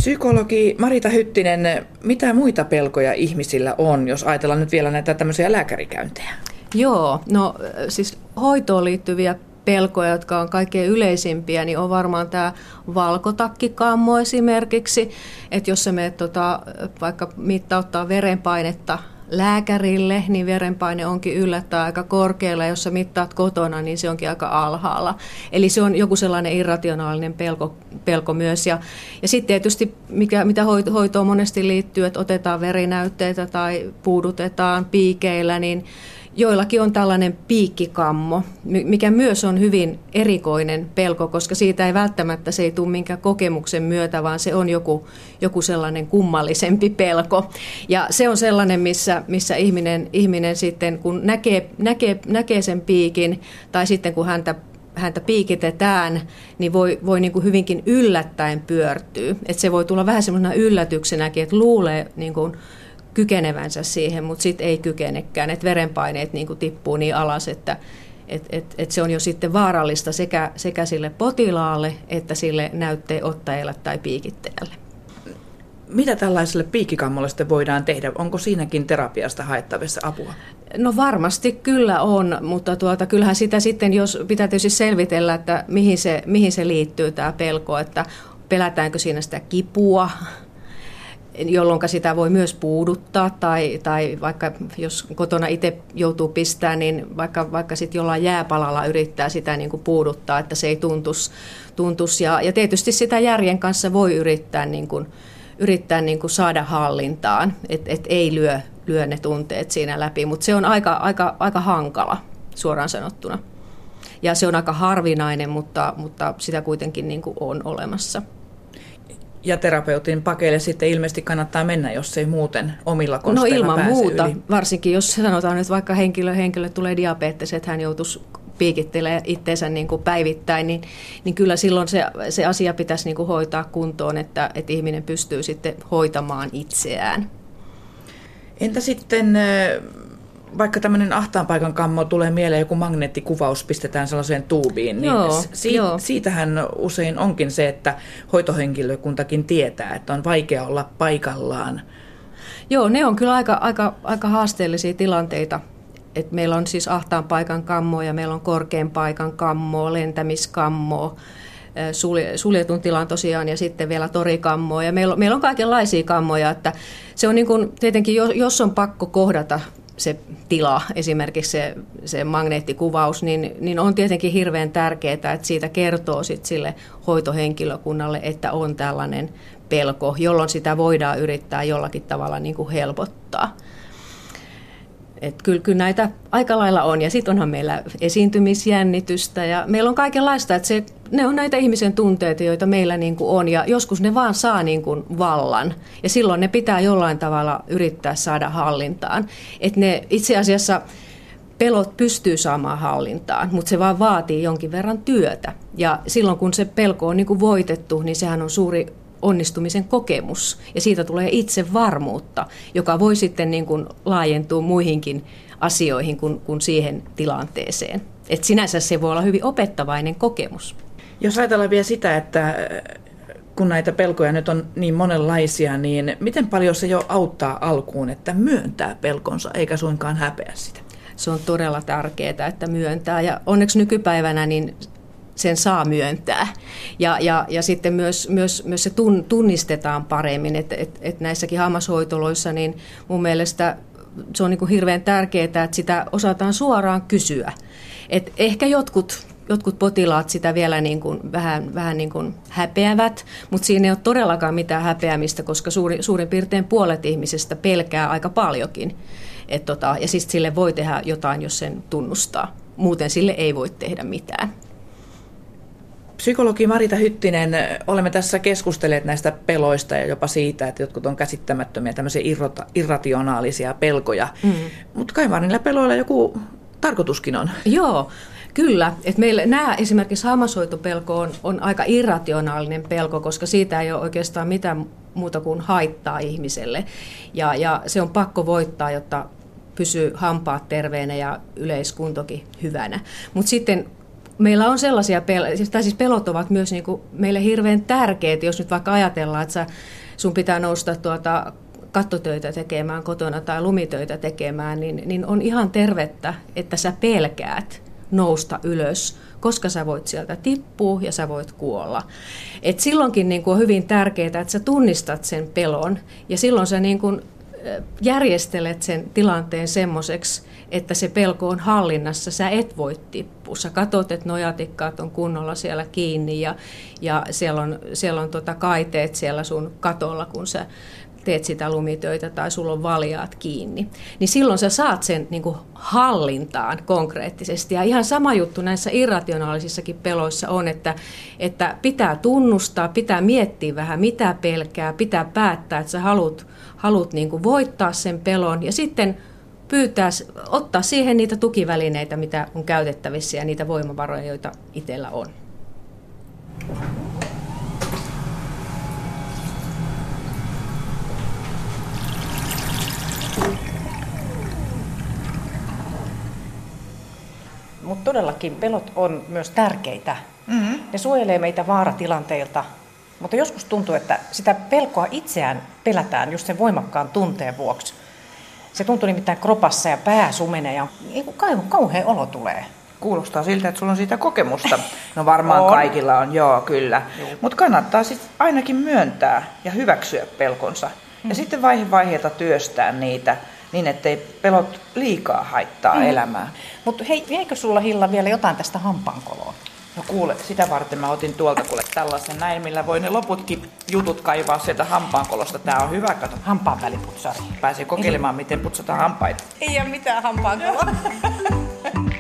Psykologi Marita Hyttinen, mitä muita pelkoja ihmisillä on, jos ajatellaan nyt vielä näitä tämmöisiä lääkärikäyntejä? Joo, no siis hoitoon liittyviä pelkoja, jotka on kaikkein yleisimpiä, niin on varmaan tämä valkotakkikammo esimerkiksi, että jos sä menet tota, vaikka mittauttaa verenpainetta lääkärille, niin verenpaine onkin yllättäen aika korkealla, jos sä mittaat kotona, niin se onkin aika alhaalla. Eli se on joku sellainen irrationaalinen pelko, pelko myös. Ja, ja sitten tietysti, mikä, mitä hoitoon monesti liittyy, että otetaan verinäytteitä tai puudutetaan piikeillä, niin joillakin on tällainen piikkikammo, mikä myös on hyvin erikoinen pelko, koska siitä ei välttämättä se ei tule minkään kokemuksen myötä, vaan se on joku, joku sellainen kummallisempi pelko. Ja se on sellainen, missä, missä ihminen, ihminen sitten, kun näkee, näkee, näkee sen piikin, tai sitten kun häntä häntä piikitetään, niin voi, voi niin kuin hyvinkin yllättäen pyörtyä. Että se voi tulla vähän semmoisena yllätyksenäkin, että luulee niin kuin kykenevänsä siihen, mutta sitten ei kykenekään, että verenpaineet niin kuin tippuu niin alas, että et, et, et se on jo sitten vaarallista sekä, sekä sille potilaalle että sille näytteen ottajalle tai piikittäjälle. Mitä tällaiselle piikkikammolle sitten voidaan tehdä? Onko siinäkin terapiasta haettavissa apua? No varmasti kyllä on, mutta tuota, kyllähän sitä sitten, jos pitää tietysti selvitellä, että mihin se, mihin se liittyy tämä pelko, että pelätäänkö siinä sitä kipua, jolloin sitä voi myös puuduttaa, tai, tai vaikka jos kotona itse joutuu pistämään, niin vaikka, vaikka sitten jollain jääpalalla yrittää sitä niin kuin puuduttaa, että se ei tuntus. tuntus. Ja, ja tietysti sitä järjen kanssa voi yrittää, niin kuin, yrittää niin kuin saada hallintaan, että et ei lyö, lyö ne tunteet siinä läpi, mutta se on aika, aika, aika hankala suoraan sanottuna. Ja se on aika harvinainen, mutta, mutta sitä kuitenkin niin kuin on olemassa. Ja terapeutin pakeille sitten ilmeisesti kannattaa mennä, jos ei muuten omilla konsteilla No ilman pääse muuta, yli. Varsinkin jos sanotaan, että vaikka henkilö, henkilö tulee diabetes, että hän joutuisi piikittelemään itseensä niin kuin päivittäin, niin, niin kyllä silloin se, se asia pitäisi niin kuin hoitaa kuntoon, että, että ihminen pystyy sitten hoitamaan itseään. Entä sitten, vaikka tämmöinen ahtaan paikan kammo tulee mieleen, joku magneettikuvaus pistetään sellaiseen tuubiin, niin joo, si- joo. siitähän usein onkin se, että hoitohenkilökuntakin tietää, että on vaikea olla paikallaan. Joo, ne on kyllä aika, aika, aika haasteellisia tilanteita. Et meillä on siis ahtaan paikan kammoa ja meillä on korkean paikan kammoa, lentämiskammoa, suljetun tilan tosiaan ja sitten vielä torikammoa. Ja meillä, meillä on kaikenlaisia kammoja, että se on niin kuin, tietenkin, jos on pakko kohdata se tila, esimerkiksi se, se magneettikuvaus, niin, niin on tietenkin hirveän tärkeää, että siitä kertoo sit sille hoitohenkilökunnalle, että on tällainen pelko, jolloin sitä voidaan yrittää jollakin tavalla niin kuin helpottaa. Et kyllä, kyllä näitä aika lailla on, ja sitten onhan meillä esiintymisjännitystä, ja meillä on kaikenlaista, että se, ne on näitä ihmisen tunteita, joita meillä niin kuin on, ja joskus ne vaan saa niin kuin vallan, ja silloin ne pitää jollain tavalla yrittää saada hallintaan. Että ne itse asiassa pelot pystyy saamaan hallintaan, mutta se vaan vaatii jonkin verran työtä, ja silloin kun se pelko on niin kuin voitettu, niin sehän on suuri onnistumisen kokemus, ja siitä tulee itsevarmuutta, joka voi sitten niin kuin laajentua muihinkin asioihin kuin, kuin siihen tilanteeseen. Et sinänsä se voi olla hyvin opettavainen kokemus. Jos ajatellaan vielä sitä, että kun näitä pelkoja nyt on niin monenlaisia, niin miten paljon se jo auttaa alkuun, että myöntää pelkonsa, eikä suinkaan häpeä sitä? Se on todella tärkeää, että myöntää, ja onneksi nykypäivänä niin sen saa myöntää. Ja, ja, ja sitten myös, myös, myös se tunnistetaan paremmin, että et, et näissäkin hammashoitoloissa niin mun mielestä se on niin kuin hirveän tärkeää, että sitä osataan suoraan kysyä. Et ehkä jotkut, jotkut potilaat sitä vielä niin kuin vähän, vähän niin kuin häpeävät, mutta siinä ei ole todellakaan mitään häpeämistä, koska suuri, suurin piirtein puolet ihmisistä pelkää aika paljonkin. Et tota, ja siis sille voi tehdä jotain, jos sen tunnustaa. Muuten sille ei voi tehdä mitään. Psykologi Marita Hyttinen, olemme tässä keskustelleet näistä peloista ja jopa siitä, että jotkut on käsittämättömiä, tämmöisiä irrota, irrationaalisia pelkoja. Mm. Mutta kai vaan niillä peloilla joku tarkoituskin on. Joo, kyllä. Et meillä nämä esimerkiksi hammashoitopelko on, on aika irrationaalinen pelko, koska siitä ei ole oikeastaan mitään muuta kuin haittaa ihmiselle. Ja, ja se on pakko voittaa, jotta pysyy hampaat terveenä ja yleiskuntokin hyvänä. Mutta sitten meillä on sellaisia, pel- tai siis pelot ovat myös niin kuin meille hirveän tärkeitä, jos nyt vaikka ajatellaan, että sä, sun pitää nousta tuota kattotöitä tekemään kotona tai lumitöitä tekemään, niin, niin on ihan tervettä, että sä pelkäät nousta ylös, koska sä voit sieltä tippua ja sä voit kuolla. Et silloinkin niin kuin on hyvin tärkeää, että sä tunnistat sen pelon ja silloin sä niin kuin järjestelet sen tilanteen semmoiseksi, että se pelko on hallinnassa, sä et voi tippua. Sä katot, että nojatikkaat on kunnolla siellä kiinni ja, ja siellä on, siellä on tota kaiteet siellä sun katolla, kun sä teet sitä lumitöitä tai sulla on valjaat kiinni. Niin silloin sä saat sen niin kuin hallintaan konkreettisesti. Ja ihan sama juttu näissä irrationaalisissakin peloissa on, että, että pitää tunnustaa, pitää miettiä vähän mitä pelkää, pitää päättää, että sä haluat, haluat niin kuin voittaa sen pelon ja sitten pyytää, ottaa siihen niitä tukivälineitä, mitä on käytettävissä ja niitä voimavaroja, joita itsellä on. Mutta todellakin pelot on myös tärkeitä. Mm-hmm. Ne suojelee meitä vaaratilanteilta, mutta joskus tuntuu, että sitä pelkoa itseään pelätään just sen voimakkaan tunteen vuoksi. Se tuntuu nimittäin kropassa ja pää sumenee ja kauhean olo tulee. Kuulostaa siltä, että sulla on siitä kokemusta. No varmaan on. Kaikilla on, joo kyllä. Mutta kannattaa sitten ainakin myöntää ja hyväksyä pelkonsa. Mm. Ja sitten vaihe vaiheelta työstää niitä niin, ettei pelot liikaa haittaa mm. elämää. Mutta hei, jäikö sulla Hilla vielä jotain tästä hampaankoloon? No kuule, sitä varten mä otin tuolta kuule tällaisen näin, millä voi ne loputkin jutut kaivaa sieltä hampaankolosta. Tää on hyvä, kato. Hampaan väliputsari. Pääsee kokeilemaan, miten putsataan hampaita. Ei ole mitään hampaankoloa.